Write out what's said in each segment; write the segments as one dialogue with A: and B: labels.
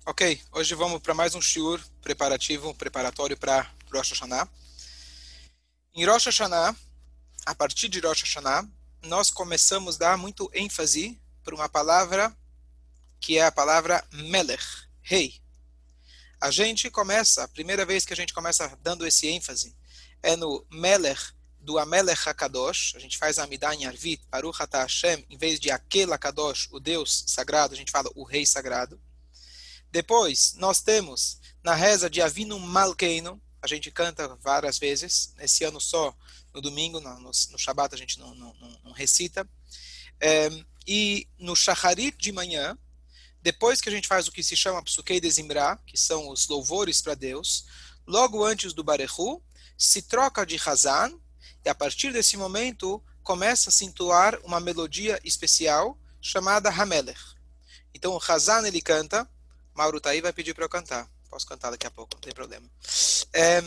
A: Ok, hoje vamos para mais um shiur preparatório para Rosh Hashanah. Em Rosh Hashanah, a partir de Rosh Hashanah, nós começamos a dar muito ênfase para uma palavra que é a palavra Melech, rei. A primeira vez que a gente começa dando esse ênfase é no Melech, do Amelech HaKadosh. A gente faz a Amidah em Arvit, Baruch Atah Hashem, em vez de Akel HaKadosh, o Deus sagrado, a gente fala o rei sagrado. Depois, nós temos na reza de Avinu Malkeinu, a gente canta várias vezes, esse ano só no domingo, no Shabat a gente não recita. E no Shacharit de manhã, depois que a gente faz o que se chama Psukei de Zimra, que são os louvores para Deus, logo antes do Barechu, se troca de Hazan, e a partir desse momento começa a se entoar uma melodia especial chamada Hamelech. Então o Hazan ele canta. Mauro tá aí, vai pedir para eu cantar. Posso cantar daqui a pouco, não tem problema. É,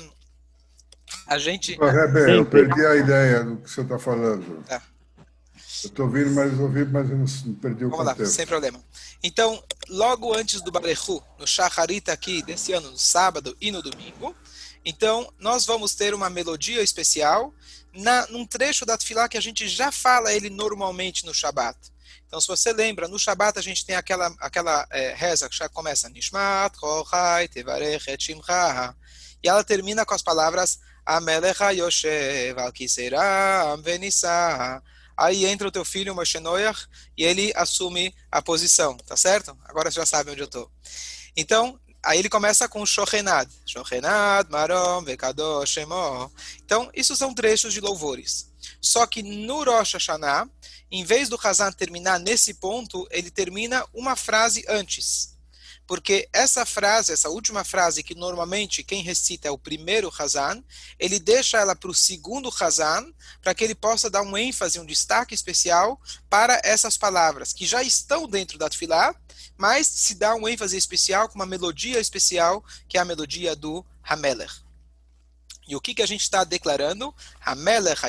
A: a gente.
B: Rebe, eu
C: Sempre.
B: perdi a ideia do que você está falando.
A: Tá,
B: Eu estou ouvindo, mas eu não perdi o
A: vamos lá, sem
B: contexto.
A: problema. Então, logo antes do Barechu, no Shacharit aqui desse ano, no sábado e no domingo, então nós vamos ter uma melodia especial num trecho da Tfilá que a gente já fala ele normalmente no Shabat. Então, se você lembra, no Shabat a gente tem aquela reza que já começa Nishmat, Chochai, Tevarech, Et Shimcha, e ela termina com as palavras Amelech HaYoshev, Al-Kiseram, Venissah. Aí entra o teu filho, Moshe Noach, e ele assume a posição, tá certo? Agora você já sabe onde eu estou. Então, aí ele começa com Shochenad. Shochenad, Marom, Vekadosh, Shemo. Então, isso são trechos de louvores. Só que no Rosh Hashanah, em vez do Hazan terminar nesse ponto, ele termina uma frase antes. Porque essa frase, essa última frase, que normalmente quem recita é o primeiro Hazan, ele deixa ela para o segundo Hazan, para que ele possa dar um ênfase, um destaque especial para essas palavras, que já estão dentro da Tfilá, mas se dá um ênfase especial com uma melodia especial, que é a melodia do Hamelech. E o que a gente está declarando? Hamelech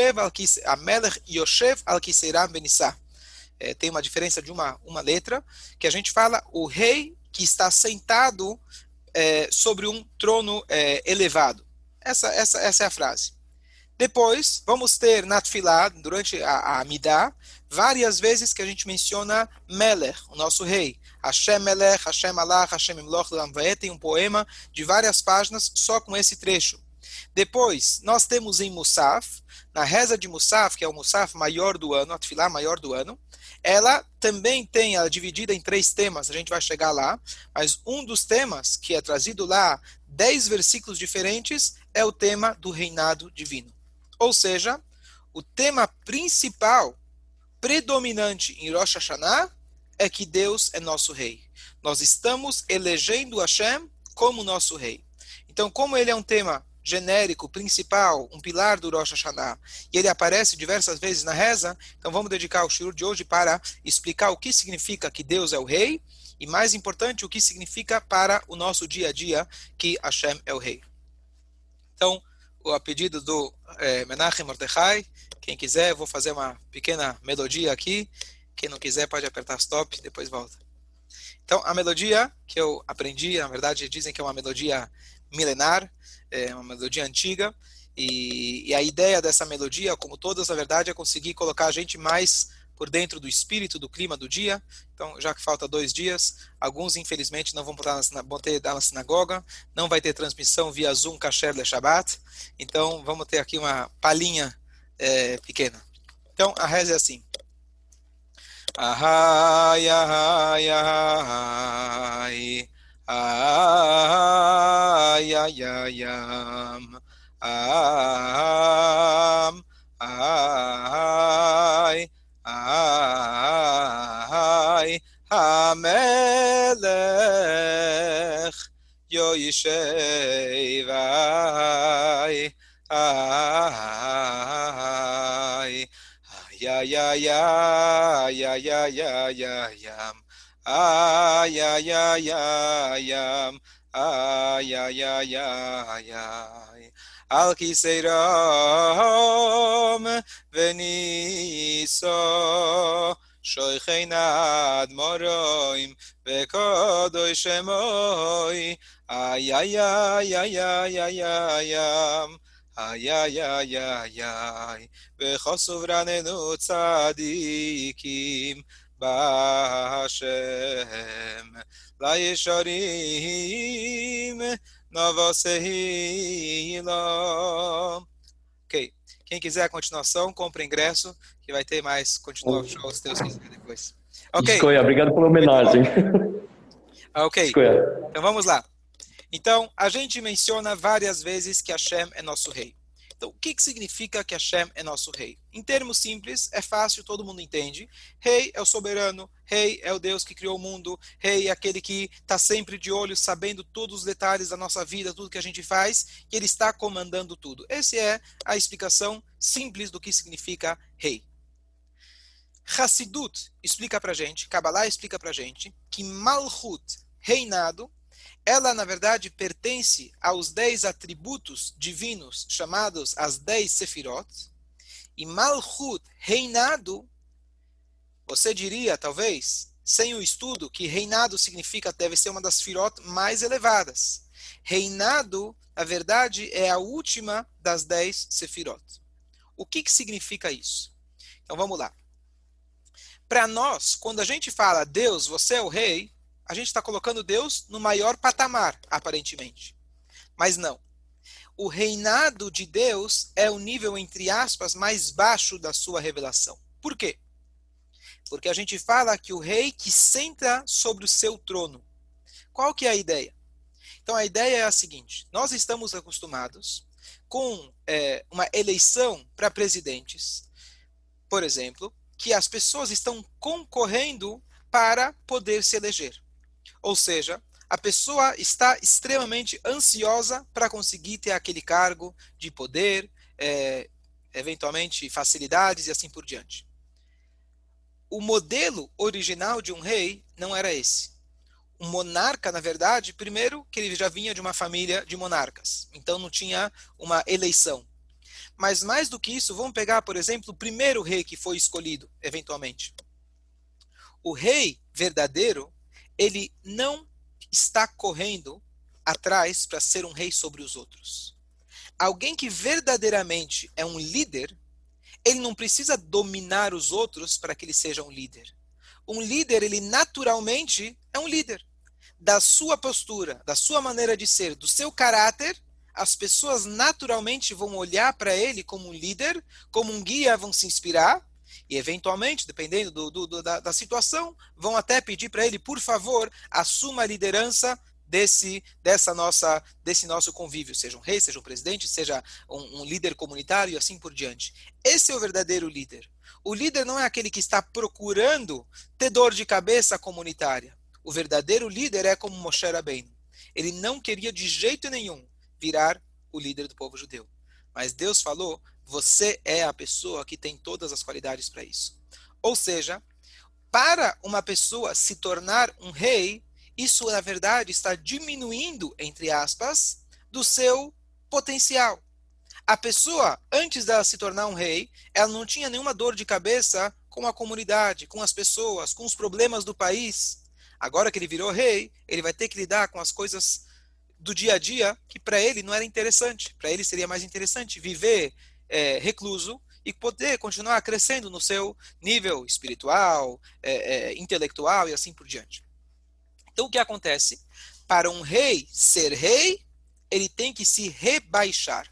A: Yoshev al-Kiseram Benissah. Tem uma diferença de uma letra, que a gente fala o rei que está sentado sobre um trono elevado. Essa é a frase. Depois, vamos ter na Tfilá, durante a Amidah, várias vezes que a gente menciona Melech, o nosso rei. Hashem Melech, Hashem Malach, Hashem Imloch Le'am Va'ed, tem um poema de várias páginas só com esse trecho. Depois, nós temos em Musaf, na reza de Musaf, que é o Musaf maior do ano, a Tfilá maior do ano, ela também ela é dividida em 3 temas, a gente vai chegar lá, mas um dos temas que é trazido lá, 10 versículos diferentes, é o tema do reinado divino. Ou seja, o tema principal, predominante em Rosh Hashanah, é que Deus é nosso rei. Nós estamos elegendo Hashem como nosso rei. Então, como ele é um tema genérico, principal, um pilar do Rosh Hashanah, e ele aparece diversas vezes na reza, então vamos dedicar o shiur de hoje para explicar o que significa que Deus é o rei, e mais importante, o que significa para o nosso dia a dia que Hashem é o rei. Então, a pedido do Menachem Mordechai, quem quiser, eu vou fazer uma pequena melodia aqui, quem não quiser pode apertar stop, depois volta. Então, a melodia que eu aprendi, na verdade, dizem que é uma melodia milenar, uma melodia antiga, e a ideia dessa melodia, como todas, na verdade, é conseguir colocar a gente mais por dentro do espírito, do clima do dia. Então, já que falta 2 dias, alguns, infelizmente, não vão poder dar na sinagoga, não vai ter transmissão via Zoom Kasher Le Shabbat, então vamos ter aqui uma palhinha pequena. Então, a reza é assim. Ahai, ahai, ahai, ai, ai, ai, am, ai, ai, Hamelech, Yoishev, ai, ai, ay, ay, ay, ay, ay, ay, ay, ay, ay, ay, ay, ay, ay, ay, ay, ay, al kiseiram veniso shoicheina admoroim vekodoi shemoi ay ay ay ay ay ay ay ay ay ay ay ay vechosov ranenu tzadikim b'Hashem la'yesharim novosehila. Ok. Quem quiser a continuação, compre ingresso, que vai ter mais. Continua o show, se Deus quiser, depois. Ok.
C: Escolha, obrigado pela homenagem.
A: Ok.
C: Escolha.
A: Então vamos lá. Então, a gente menciona várias vezes que Hashem é nosso rei. Então, o que significa que Hashem é nosso rei? Em termos simples, é fácil, todo mundo entende. Rei é o soberano, rei é o Deus que criou o mundo, rei é aquele que está sempre de olho, sabendo todos os detalhes da nossa vida, tudo que a gente faz, e ele está comandando tudo. Essa é a explicação simples do que significa rei. Hassidut explica pra gente, Kabbalah explica pra gente, que Malchut, reinado, ela, na verdade, pertence aos 10 atributos divinos, chamados as 10 Sefirot. E Malchut, reinado, você diria, talvez, sem o estudo, que reinado significa, deve ser uma das Sefirot mais elevadas. Reinado, na verdade, é a última das 10 Sefirot. O que significa isso? Então, vamos lá. Para nós, quando a gente fala, Deus, você é o rei, a gente está colocando Deus no maior patamar, aparentemente. Mas não. O reinado de Deus é o nível, entre aspas, mais baixo da sua revelação. Por quê? Porque a gente fala que o rei que senta sobre o seu trono. Qual que é a ideia? Então a ideia é a seguinte, nós estamos acostumados com uma eleição para presidentes, por exemplo, que as pessoas estão concorrendo para poder se eleger. Ou seja, a pessoa está extremamente ansiosa para conseguir ter aquele cargo de poder, eventualmente facilidades e assim por diante. O modelo original de um rei não era esse. Um monarca, na verdade, primeiro que ele já vinha de uma família de monarcas, então não tinha uma eleição. Mas mais do que isso, vamos pegar, por exemplo, o primeiro rei que foi escolhido, eventualmente. O rei verdadeiro, ele não está correndo atrás para ser um rei sobre os outros. Alguém que verdadeiramente é um líder, ele não precisa dominar os outros para que ele seja um líder. Um líder, ele naturalmente é um líder. Da sua postura, da sua maneira de ser, do seu caráter, as pessoas naturalmente vão olhar para ele como um líder, como um guia, vão se inspirar, e eventualmente, dependendo da situação, vão até pedir para ele, por favor, assuma a liderança desse nosso convívio, seja um rei, seja um presidente, seja um líder comunitário e assim por diante. Esse é o verdadeiro líder. O líder não é aquele que está procurando ter dor de cabeça comunitária. O verdadeiro líder é como Moshe Rabbeinu. Ele não queria de jeito nenhum virar o líder do povo judeu. Mas Deus falou, você é a pessoa que tem todas as qualidades para isso. Ou seja, para uma pessoa se tornar um rei, isso, na verdade, está diminuindo, entre aspas, do seu potencial. A pessoa, antes dela se tornar um rei, ela não tinha nenhuma dor de cabeça com a comunidade, com as pessoas, com os problemas do país. Agora que ele virou rei, ele vai ter que lidar com as coisas do dia a dia, que para ele não era interessante. Para ele seria mais interessante viver recluso e poder continuar crescendo no seu nível espiritual, intelectual e assim por diante. Então o que acontece? Para um rei ser rei, ele tem que se rebaixar.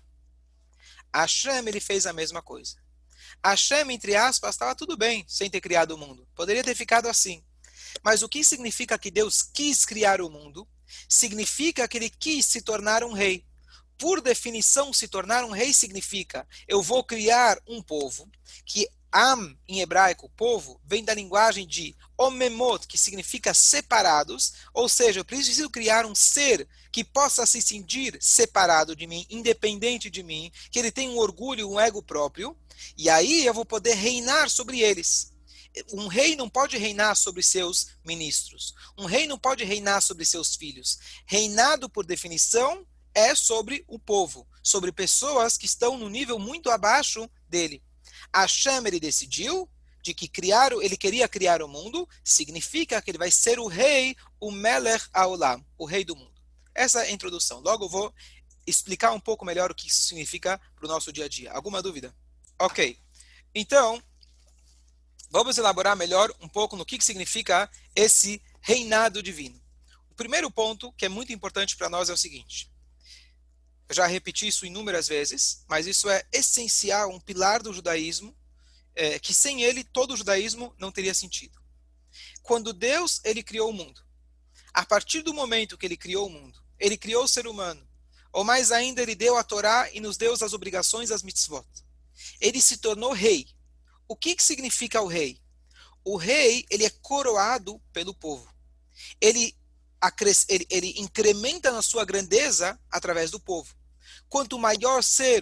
A: Hashem, ele fez a mesma coisa. Hashem, entre aspas, estava tudo bem sem ter criado o mundo. Poderia ter ficado assim. Mas o que significa que Deus quis criar o mundo? Significa que ele quis se tornar um rei. Por definição, se tornar um rei significa eu vou criar um povo, que Am, em hebraico, povo, vem da linguagem de omemot, que significa separados, ou seja, eu preciso criar um ser que possa se sentir separado de mim, independente de mim, que ele tenha um orgulho, um ego próprio, e aí eu vou poder reinar sobre eles. Um rei não pode reinar sobre seus ministros. Um rei não pode reinar sobre seus filhos. Reinado, por definição, é sobre o povo, sobre pessoas que estão no nível muito abaixo dele. Hashem, ele decidiu de que ele queria criar o mundo, significa que ele vai ser o rei, o Melech Haolam, o rei do mundo. Essa é a introdução. Logo eu vou explicar um pouco melhor o que isso significa para o nosso dia a dia. Alguma dúvida? Ok. Então, vamos elaborar melhor um pouco no que significa esse reinado divino. O primeiro ponto, que é muito importante para nós, é o seguinte. Eu já repeti isso inúmeras vezes, mas isso é essencial, um pilar do judaísmo, que sem ele todo o judaísmo não teria sentido. Quando Deus ele criou o mundo, a partir do momento que ele criou o mundo, ele criou o ser humano, ou mais ainda, ele deu a Torá e nos deu as obrigações, as mitzvot. Ele se tornou rei. O que significa o rei? O rei, ele é coroado pelo povo. Ele incrementa na sua grandeza através do povo. Quanto maior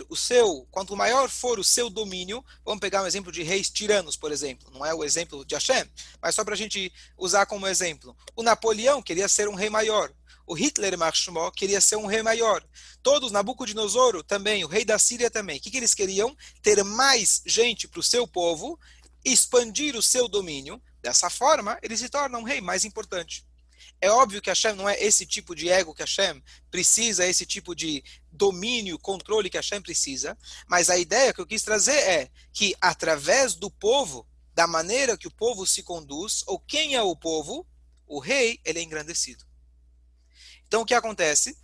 A: for o seu domínio, vamos pegar um exemplo de reis tiranos, por exemplo, não é o exemplo de Hashem, mas só para a gente usar como exemplo. O Napoleão queria ser um rei maior. O Hitler, Marshmó, queria ser um rei maior. Todos, Nabucodonosor também, o rei da Síria também. O que eles queriam? Ter mais gente para o seu povo, expandir o seu domínio. Dessa forma, ele se torna um rei mais importante. É óbvio que Hashem não é esse tipo de ego que Hashem precisa, esse tipo de domínio, controle que Hashem precisa, mas a ideia que eu quis trazer é que através do povo, da maneira que o povo se conduz, ou quem é o povo, o rei, ele é engrandecido. Então o que acontece?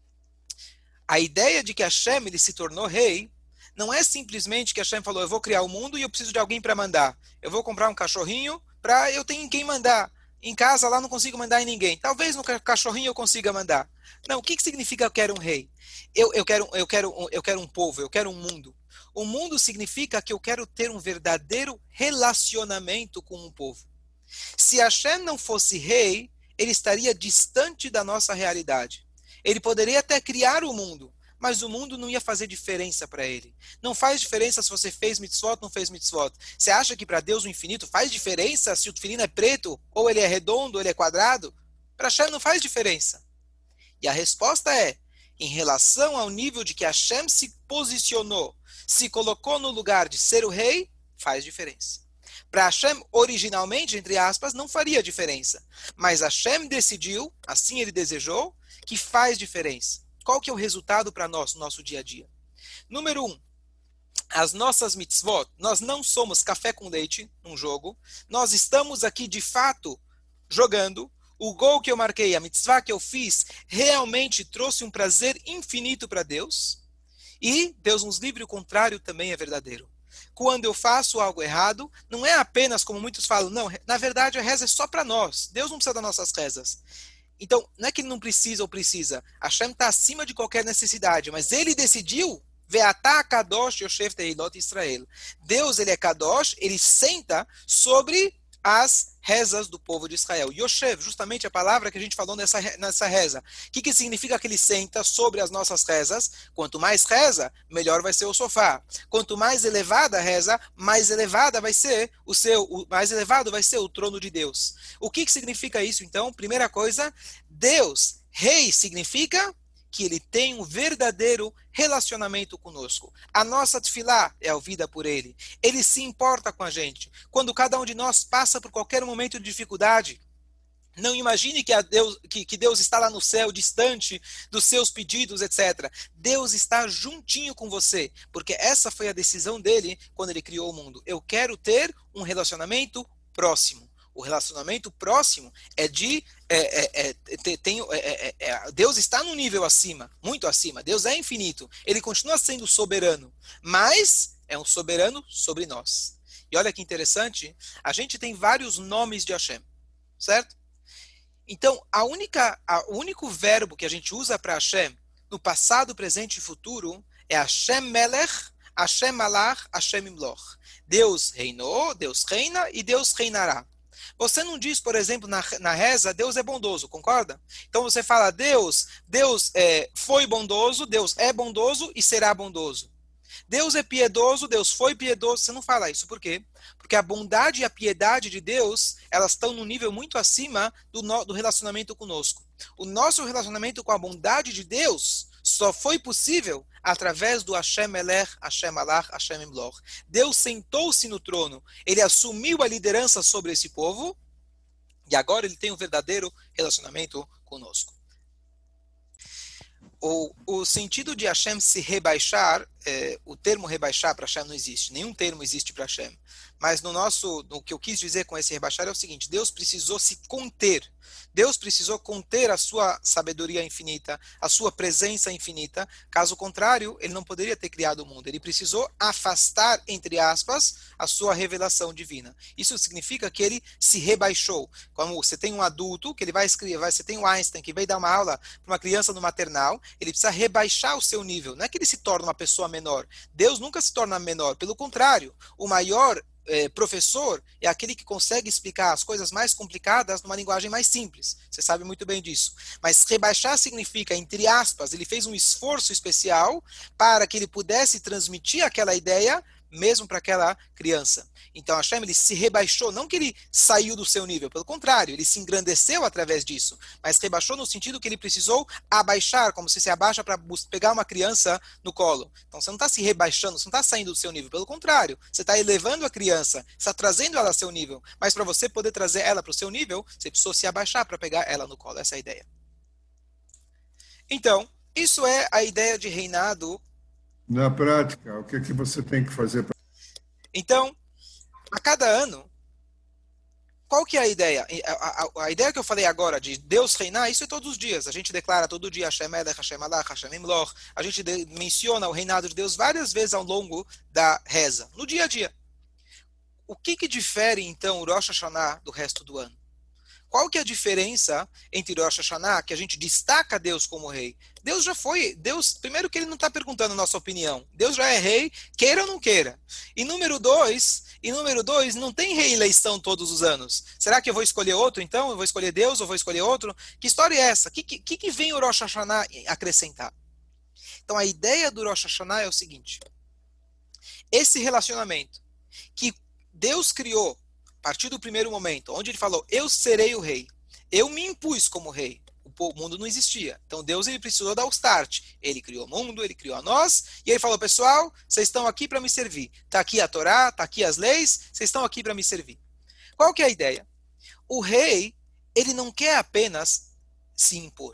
A: A ideia de que Hashem ele se tornou rei, não é simplesmente que Hashem falou, eu vou criar o mundo e eu preciso de alguém para mandar. Eu vou comprar um cachorrinho para eu ter em quem mandar. Em casa, lá não consigo mandar em ninguém. Talvez no cachorrinho eu consiga mandar. Não, o que significa eu quero um rei? Eu quero um povo, eu quero um mundo. O mundo significa que eu quero ter um verdadeiro relacionamento com um povo. Se Hashem não fosse rei, ele estaria distante da nossa realidade. Ele poderia até criar o mundo, mas o mundo não ia fazer diferença para ele. Não faz diferença se você fez mitzvot ou não fez mitzvot. Você acha que para Deus o infinito faz diferença se o tefilin é preto, ou ele é redondo, ou ele é quadrado? Para Hashem não faz diferença. E a resposta é, em relação ao nível de que Hashem se posicionou, se colocou no lugar de ser o rei, faz diferença. Para Hashem, originalmente, entre aspas, não faria diferença. Mas Hashem decidiu, assim ele desejou, que faz diferença. Qual que é o resultado para nós, no nosso dia a dia? Número 1, as nossas mitzvot, nós não somos café com leite num jogo, nós estamos aqui de fato jogando, o gol que eu marquei, a mitzvah que eu fiz, realmente trouxe um prazer infinito para Deus, e Deus nos livre, o contrário também é verdadeiro. Quando eu faço algo errado, não é apenas como muitos falam, não, na verdade a reza é só para nós, Deus não precisa das nossas rezas. Então, não é que ele não precisa ou precisa. Hashem está acima de qualquer necessidade, mas ele decidiu, Ve'atá kadosh yoshev teilot Israel. Deus, ele é kadosh, ele senta sobre as rezas do povo de Israel. Yoshev, justamente a palavra que a gente falou nessa reza. O que significa que ele senta sobre as nossas rezas? Quanto mais reza, melhor vai ser o sofá. Quanto mais elevada a reza, mais elevada vai ser mais elevado vai ser o trono de Deus. O que significa isso, então? Primeira coisa, Deus, rei, significa que ele tem um verdadeiro relacionamento conosco. A nossa tefilá é ouvida por ele. Ele se importa com a gente. Quando cada um de nós passa por qualquer momento de dificuldade, não imagine que Deus está lá no céu, distante dos seus pedidos, etc. Deus está juntinho com você, porque essa foi a decisão dele quando ele criou o mundo. Eu quero ter um relacionamento próximo. O relacionamento próximo é Deus está num nível acima, muito acima. Deus é infinito. Ele continua sendo soberano, mas é um soberano sobre nós. E olha que interessante, a gente tem vários nomes de Hashem, certo? Então, o único verbo que a gente usa para Hashem no passado, presente e futuro é Hashem Melech, Hashem Malach, Hashem Imloch. Deus reinou, Deus reina e Deus reinará. Você não diz, por exemplo, na reza, Deus é bondoso, concorda? Então você fala, Deus foi bondoso, Deus é bondoso e será bondoso. Deus é piedoso, Deus foi piedoso. Você não fala isso, por quê? Porque a bondade e a piedade de Deus, elas estão num nível muito acima do relacionamento conosco. O nosso relacionamento com a bondade de Deus, só foi possível através do Hashem Melech, Hashem Malach, Hashem Imloch. Deus sentou-se no trono, ele assumiu a liderança sobre esse povo, e agora ele tem um verdadeiro relacionamento conosco. O sentido de Hashem se rebaixar, o termo rebaixar para Hashem não existe, nenhum termo existe para Hashem. Mas no que eu quis dizer com esse rebaixar é o seguinte: Deus precisou se conter. Deus precisou conter a sua sabedoria infinita, a sua presença infinita. Caso contrário, ele não poderia ter criado o mundo. Ele precisou afastar, entre aspas, a sua revelação divina. Isso significa que ele se rebaixou. Como você tem um adulto que ele vai escrever, você tem um Einstein que veio dar uma aula para uma criança no maternal, ele precisa rebaixar o seu nível. Não é que ele se torna uma pessoa menor. Deus nunca se torna menor. Pelo contrário, o maior professor é aquele que consegue explicar as coisas mais complicadas numa linguagem mais simples. Você sabe muito bem disso. Mas rebaixar significa, entre aspas, ele fez um esforço especial para que ele pudesse transmitir aquela ideia mesmo para aquela criança. Então Hashem, ele se rebaixou, não que ele saiu do seu nível, pelo contrário, ele se engrandeceu através disso, mas rebaixou no sentido que ele precisou abaixar, como se abaixa para pegar uma criança no colo. Então você não está se rebaixando, você não está saindo do seu nível, pelo contrário, você está elevando a criança, está trazendo ela ao seu nível, mas para você poder trazer ela para o seu nível, você precisou se abaixar para pegar ela no colo, essa é a ideia. Então, isso é a ideia de reinado.
B: Na prática, o que você tem que fazer?
A: Então, a cada ano, qual que é a ideia? A ideia que eu falei agora de Deus reinar, isso é todos os dias. A gente declara todo dia Hashem Melech, Hashem Malach, Hashem Imloch. A gente menciona o reinado de Deus várias vezes ao longo da reza, no dia a dia. O que difere, então, o Rosh Hashanah do resto do ano? Qual que é a diferença entre Rosh Hashanah, que a gente destaca Deus como rei? Deus já foi, primeiro que ele não está perguntando a nossa opinião. Deus já é rei, queira ou não queira. E número dois, não tem reeleição todos os anos. Será que eu vou escolher outro, então? Eu vou escolher Deus ou vou escolher outro? Que história é essa? O que vem o Rosh Hashanah acrescentar? Então a ideia do Rosh Hashanah é o seguinte: esse relacionamento que Deus criou a partir do primeiro momento, onde ele falou, eu serei o rei, eu me impus como rei, o mundo não existia. Então Deus, ele precisou dar o start. Ele criou o mundo, ele criou a nós, e ele falou, pessoal, vocês estão aqui para me servir. Está aqui a Torá, está aqui as leis, vocês estão aqui para me servir. Qual que é a ideia? O rei, ele não quer apenas se impor.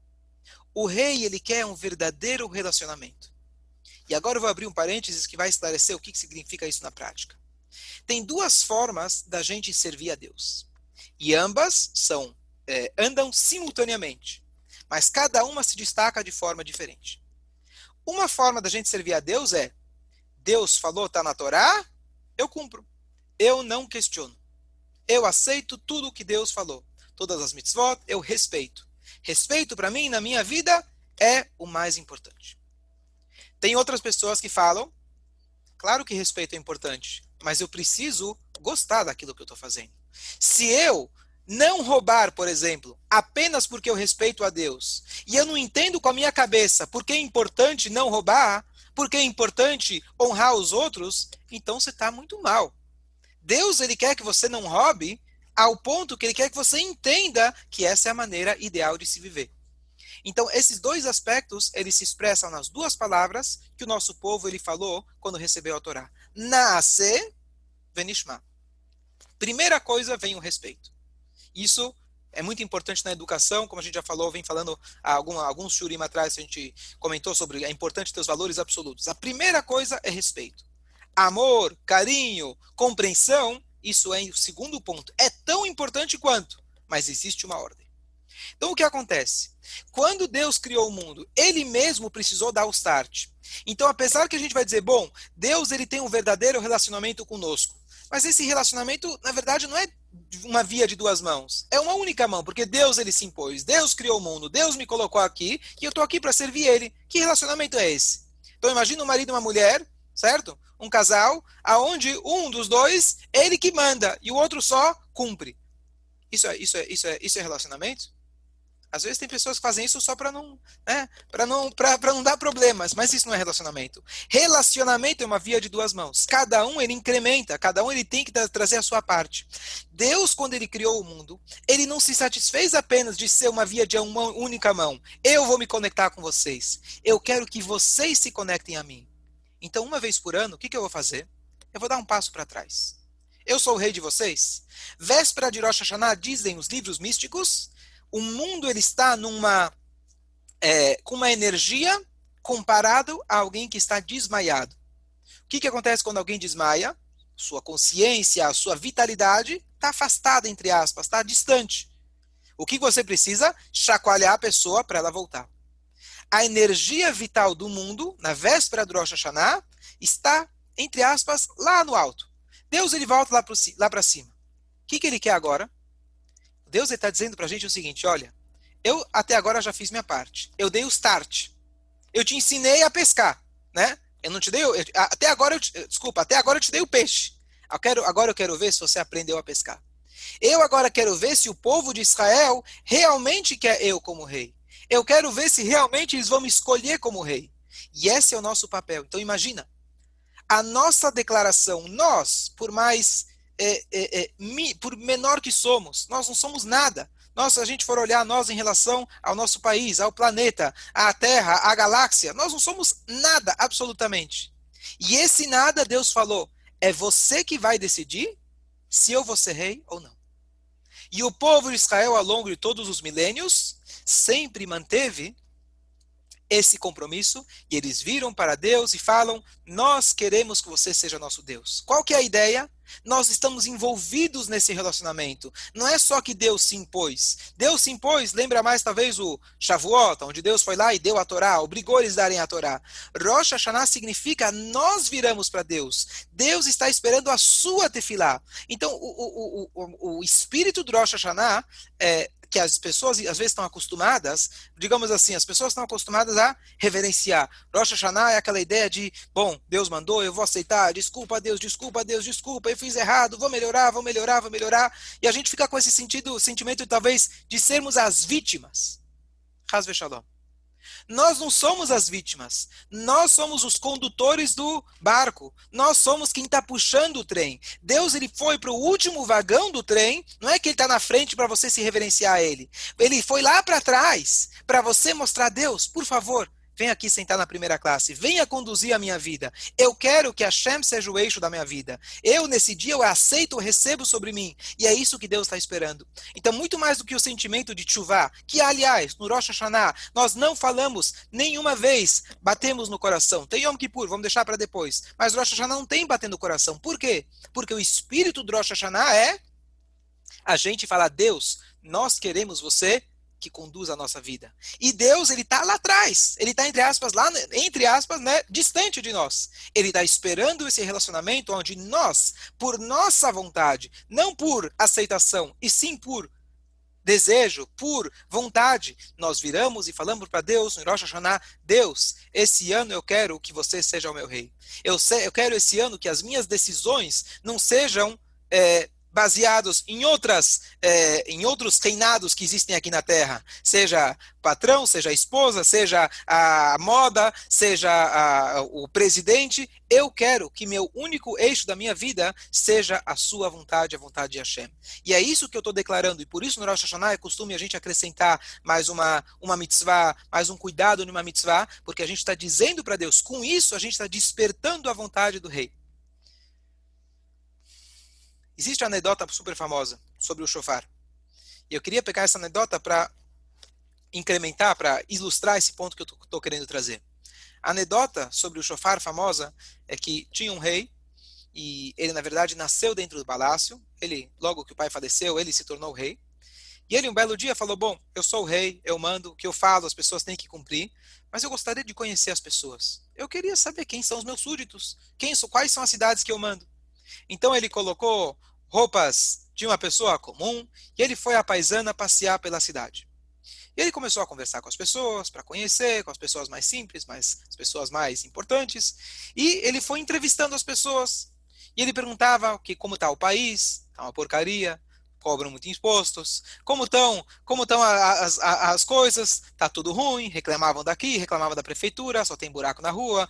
A: O rei, ele quer um verdadeiro relacionamento. E agora eu vou abrir um parênteses que vai esclarecer o que significa isso na prática. Tem duas formas da gente servir a Deus. E ambas andam simultaneamente. Mas cada uma se destaca de forma diferente. Uma forma da gente servir a Deus é, Deus falou, está na Torá, eu cumpro. Eu não questiono. Eu aceito tudo o que Deus falou. Todas as mitzvot, eu respeito. Respeito para mim, na minha vida, é o mais importante. Tem outras pessoas que falam, claro que respeito é importante, mas eu preciso gostar daquilo que eu estou fazendo. Se eu não roubar, por exemplo, apenas porque eu respeito a Deus, e eu não entendo com a minha cabeça por que é importante não roubar, por que é importante honrar os outros, então você está muito mal. Deus, ele quer que você não roube ao ponto que ele quer que você entenda que essa é a maneira ideal de se viver. Então, esses dois aspectos, eles se expressam nas duas palavras que o nosso povo ele falou quando recebeu a Torá. Naase venishma. Primeira coisa, vem o respeito. Isso é muito importante na educação, como a gente já falou, vem falando alguns shurim atrás, a gente comentou sobre a importante ter os valores absolutos. A primeira coisa é respeito. Amor, carinho, compreensão, isso é o segundo ponto. É tão importante quanto, mas existe uma ordem. Então o que acontece? Quando Deus criou o mundo, ele mesmo precisou dar o start. Então apesar que a gente vai dizer, bom, Deus ele tem um verdadeiro relacionamento conosco, mas esse relacionamento na verdade não é uma via de duas mãos, é uma única mão, porque Deus ele se impôs, Deus criou o mundo, Deus me colocou aqui e eu estou aqui para servir ele. Que relacionamento é esse? Então imagina um marido e uma mulher, certo? Um casal, aonde um dos dois, ele que manda e o outro só cumpre. Isso é relacionamento? Às vezes tem pessoas que fazem isso só para não, né, para não dar problemas, mas isso não é relacionamento. Relacionamento é uma via de duas mãos. Cada um ele incrementa, cada um ele tem que trazer a sua parte. Deus, quando ele criou o mundo, ele não se satisfez apenas de ser uma via de uma única mão. Eu vou me conectar com vocês. Eu quero que vocês se conectem a mim. Então, uma vez por ano, o que eu vou fazer? Eu vou dar um passo para trás. Eu sou o rei de vocês. Véspera de Rosh Hashanah, dizem os livros místicos, o mundo ele está com uma energia comparado a alguém que está desmaiado. O que acontece quando alguém desmaia? Sua consciência, a sua vitalidade está afastada, entre aspas, está distante. O que você precisa? Chacoalhar a pessoa para ela voltar. A energia vital do mundo, na véspera do Rosh Hashanah, está, entre aspas, lá no alto. Deus ele volta lá para cima. O que ele quer agora? Deus está dizendo para a gente o seguinte, olha, eu até agora já fiz minha parte. Eu dei o start. Eu te ensinei a pescar, né? Eu não te dei, até agora eu te dei o peixe. Agora eu quero ver se você aprendeu a pescar. Eu agora quero ver se o povo de Israel realmente quer eu como rei. Eu quero ver se realmente eles vão me escolher como rei. E esse é o nosso papel. Então imagina, a nossa declaração, nós, por menor que somos, nós não somos nada. Se a gente for olhar nós em relação ao nosso país, ao planeta, à Terra, à galáxia, nós não somos nada, absolutamente. E esse nada, Deus falou, é você que vai decidir se eu vou ser rei ou não. E o povo de Israel, ao longo de todos os milênios, sempre manteve esse compromisso, e eles viram para Deus e falam, nós queremos que você seja nosso Deus. Qual que é a ideia? Nós estamos envolvidos nesse relacionamento. Não é só que Deus se impôs. Deus se impôs, lembra mais talvez o Shavuot, onde Deus foi lá e deu a Torá, obrigou eles a darem a Torá. Rosh Hashanah significa nós viramos para Deus. Deus está esperando a sua tefilá. Então, o espírito do Rosh Hashanah que as pessoas às vezes estão acostumadas, digamos assim, as pessoas estão acostumadas a reverenciar. Rosh Hashanah é aquela ideia de, bom, Deus mandou, eu vou aceitar, desculpa Deus, eu fiz errado, vou melhorar. E a gente fica com esse sentimento talvez de sermos as vítimas. Chas v'shalom. Nós não somos as vítimas, nós somos os condutores do barco, nós somos quem está puxando o trem. Deus ele foi para o último vagão do trem, não é que ele está na frente para você se reverenciar a ele. Ele foi lá para trás para você mostrar, Deus, por favor, vem aqui sentar na primeira classe, venha conduzir a minha vida. Eu quero que Hashem seja o eixo da minha vida. Nesse dia, eu aceito, eu recebo sobre mim. E é isso que Deus está esperando. Então, muito mais do que o sentimento de tchuvá, que, aliás, no Rosh Hashanah, nós não falamos nenhuma vez, batemos no coração. Tem Yom Kippur, vamos deixar para depois. Mas o Rosh Hashanah não tem batendo no coração. Por quê? Porque o espírito do Rosh Hashanah é a gente falar, Deus, nós queremos você que conduz a nossa vida. E Deus, ele está lá atrás. Ele está, entre aspas, né, distante de nós. Ele está esperando esse relacionamento onde nós, por nossa vontade, não por aceitação, e sim por desejo, por vontade, nós viramos e falamos para Deus, no Rosh Hashanah, Deus, esse ano eu quero que você seja o meu rei. Eu quero esse ano que as minhas decisões não sejam baseados em outros reinados que existem aqui na Terra, seja patrão, seja a esposa, seja a moda, seja o presidente. Eu quero que meu único eixo da minha vida seja a sua vontade, a vontade de Hashem. E é isso que eu estou declarando, e por isso no Rosh Hashanah é costume a gente acrescentar mais uma mitzvah, mais um cuidado numa mitzvah, porque a gente está dizendo para Deus, com isso a gente está despertando a vontade do rei. Existe uma anedota super famosa sobre o shofar. E eu queria pegar essa anedota para incrementar, para ilustrar esse ponto que eu estou querendo trazer. A anedota sobre o shofar famosa é que tinha um rei, e ele, na verdade, nasceu dentro do palácio. Logo que o pai faleceu, ele se tornou rei. E ele, um belo dia, falou, bom, eu sou o rei, eu mando, o que eu falo, as pessoas têm que cumprir, mas eu gostaria de conhecer as pessoas. Eu queria saber quem são os meus súditos, quais são as cidades que eu mando. Então ele colocou roupas de uma pessoa comum e ele foi à paisana passear pela cidade. E ele começou a conversar com as pessoas, para conhecer, com as pessoas mais simples, as pessoas mais importantes. E ele foi entrevistando as pessoas. E ele perguntava como está o país, está uma porcaria, cobram muito impostos, como estão as coisas, tá tudo ruim, reclamavam daqui, reclamavam da prefeitura, só tem buraco na rua,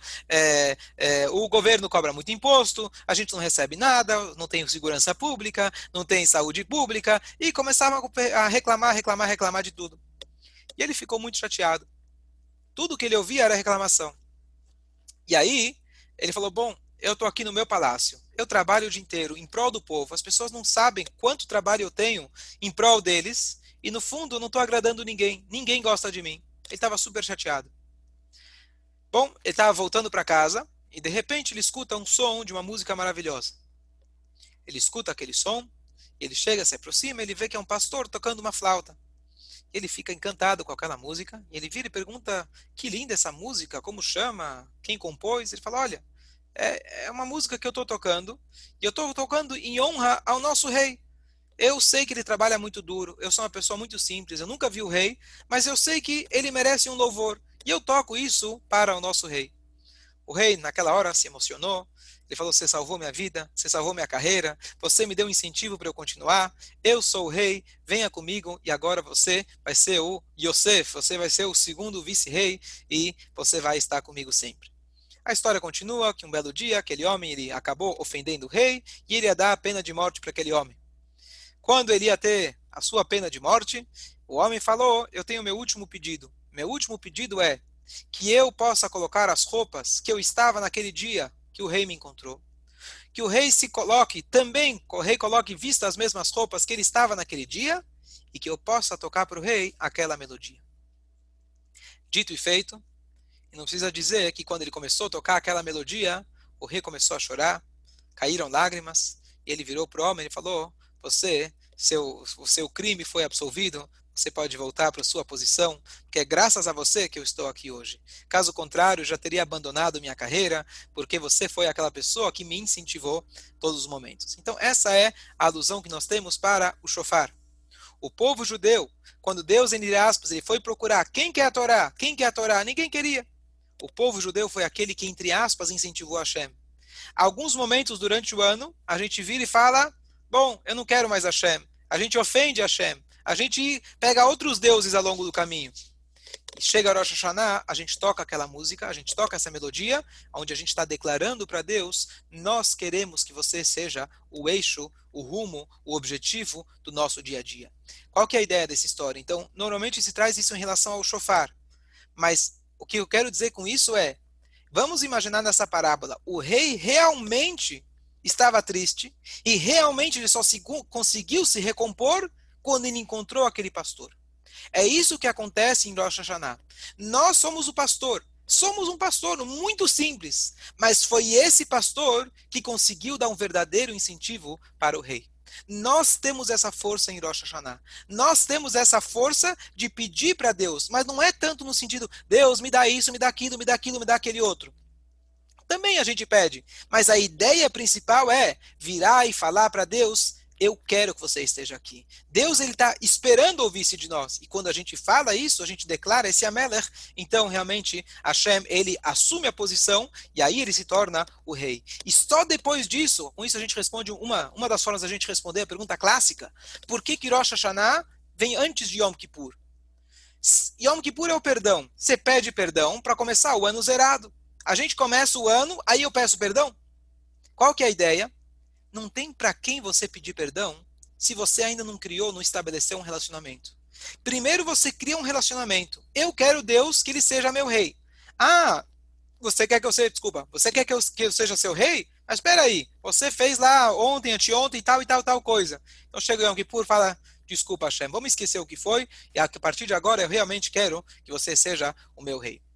A: o governo cobra muito imposto, a gente não recebe nada, não tem segurança pública, não tem saúde pública, e começavam a reclamar de tudo. E ele ficou muito chateado. Tudo que ele ouvia era reclamação. E aí, ele falou, bom, eu estou aqui no meu palácio, eu trabalho o dia inteiro em prol do povo, as pessoas não sabem quanto trabalho eu tenho em prol deles, e no fundo eu não estou agradando ninguém, ninguém gosta de mim. Ele estava super chateado. Bom, ele estava voltando para casa, e de repente ele escuta um som de uma música maravilhosa. Ele escuta aquele som, ele chega, se aproxima, ele vê que é um pastor tocando uma flauta. Ele fica encantado com aquela música, e ele vira e pergunta, que linda essa música, como chama, quem compôs? Ele fala, olha, é uma música que eu estou tocando, e eu estou tocando em honra ao nosso rei. Eu sei que ele trabalha muito duro, eu sou uma pessoa muito simples, eu nunca vi o rei, mas eu sei que ele merece um louvor, e eu toco isso para o nosso rei. O rei, naquela hora, se emocionou. Ele falou, você salvou minha vida, você salvou minha carreira, você me deu um incentivo para eu continuar, eu sou o rei, venha comigo, e agora você vai ser o Yosef, você vai ser o segundo vice-rei, e você vai estar comigo sempre. A história continua que um belo dia, aquele homem ele acabou ofendendo o rei, e ele ia dar a pena de morte para aquele homem. Quando ele ia ter a sua pena de morte, o homem falou, eu tenho meu último pedido. Meu último pedido é que eu possa colocar as roupas que eu estava naquele dia que o rei me encontrou. Que o rei se coloque também, o rei coloque vista as mesmas roupas que ele estava naquele dia e que eu possa tocar para o rei aquela melodia. Dito e feito, e não precisa dizer que quando ele começou a tocar aquela melodia, o rei começou a chorar, caíram lágrimas, e ele virou para o homem e falou, o seu crime foi absolvido, você pode voltar para a sua posição, porque é graças a você que eu estou aqui hoje. Caso contrário, eu já teria abandonado minha carreira, porque você foi aquela pessoa que me incentivou todos os momentos. Então, essa é a alusão que nós temos para o shofar. O povo judeu, quando Deus, entre aspas, ele foi procurar quem quer a Torá? Quem quer a Torá? Ninguém queria. O povo judeu foi aquele que, entre aspas, incentivou Hashem. Alguns momentos durante o ano, a gente vira e fala, bom, eu não quero mais Hashem. A gente ofende Hashem. A gente pega outros deuses ao longo do caminho. E chega a Rosh Hashanah, a gente toca aquela música, a gente toca essa melodia, onde a gente está declarando para Deus, nós queremos que você seja o eixo, o rumo, o objetivo do nosso dia a dia. Qual que é a ideia dessa história? Então, normalmente se traz isso em relação ao shofar. Mas o que eu quero dizer com isso é, vamos imaginar nessa parábola, o rei realmente estava triste e realmente ele só conseguiu se recompor quando ele encontrou aquele pastor. É isso que acontece em Rosh Hashanah. Nós somos o pastor. Somos um pastor muito simples, mas foi esse pastor que conseguiu dar um verdadeiro incentivo para o rei. Nós temos essa força em Rosh Hashanah. Nós temos essa força de pedir para Deus, mas não é tanto no sentido, Deus me dá isso, me dá aquilo, me dá aquilo, me dá aquele outro. Também a gente pede, mas a ideia principal é virar e falar para Deus, eu quero que você esteja aqui. Deus ele está esperando ouvir isso de nós. E quando a gente fala isso, a gente declara esse Amelech, então realmente Hashem, ele assume a posição e aí ele se torna o rei. E só depois disso, com isso a gente responde uma das formas da gente responder a pergunta clássica, por que Rosh Hashanah vem antes de Yom Kippur? Yom Kippur é o perdão. Você pede perdão para começar o ano zerado. A gente começa o ano, aí eu peço perdão. Qual que é a ideia? Não tem para quem você pedir perdão se você ainda não criou, não estabeleceu um relacionamento. Primeiro você cria um relacionamento. Eu quero Deus que ele seja meu rei. Ah, você quer que eu seja, desculpa, você quer que eu seja seu rei? Mas espera aí, você fez lá ontem, anteontem, tal coisa. Então chega Yom Kippur e fala, desculpa Hashem, vamos esquecer o que foi, e a partir de agora eu realmente quero que você seja o meu rei.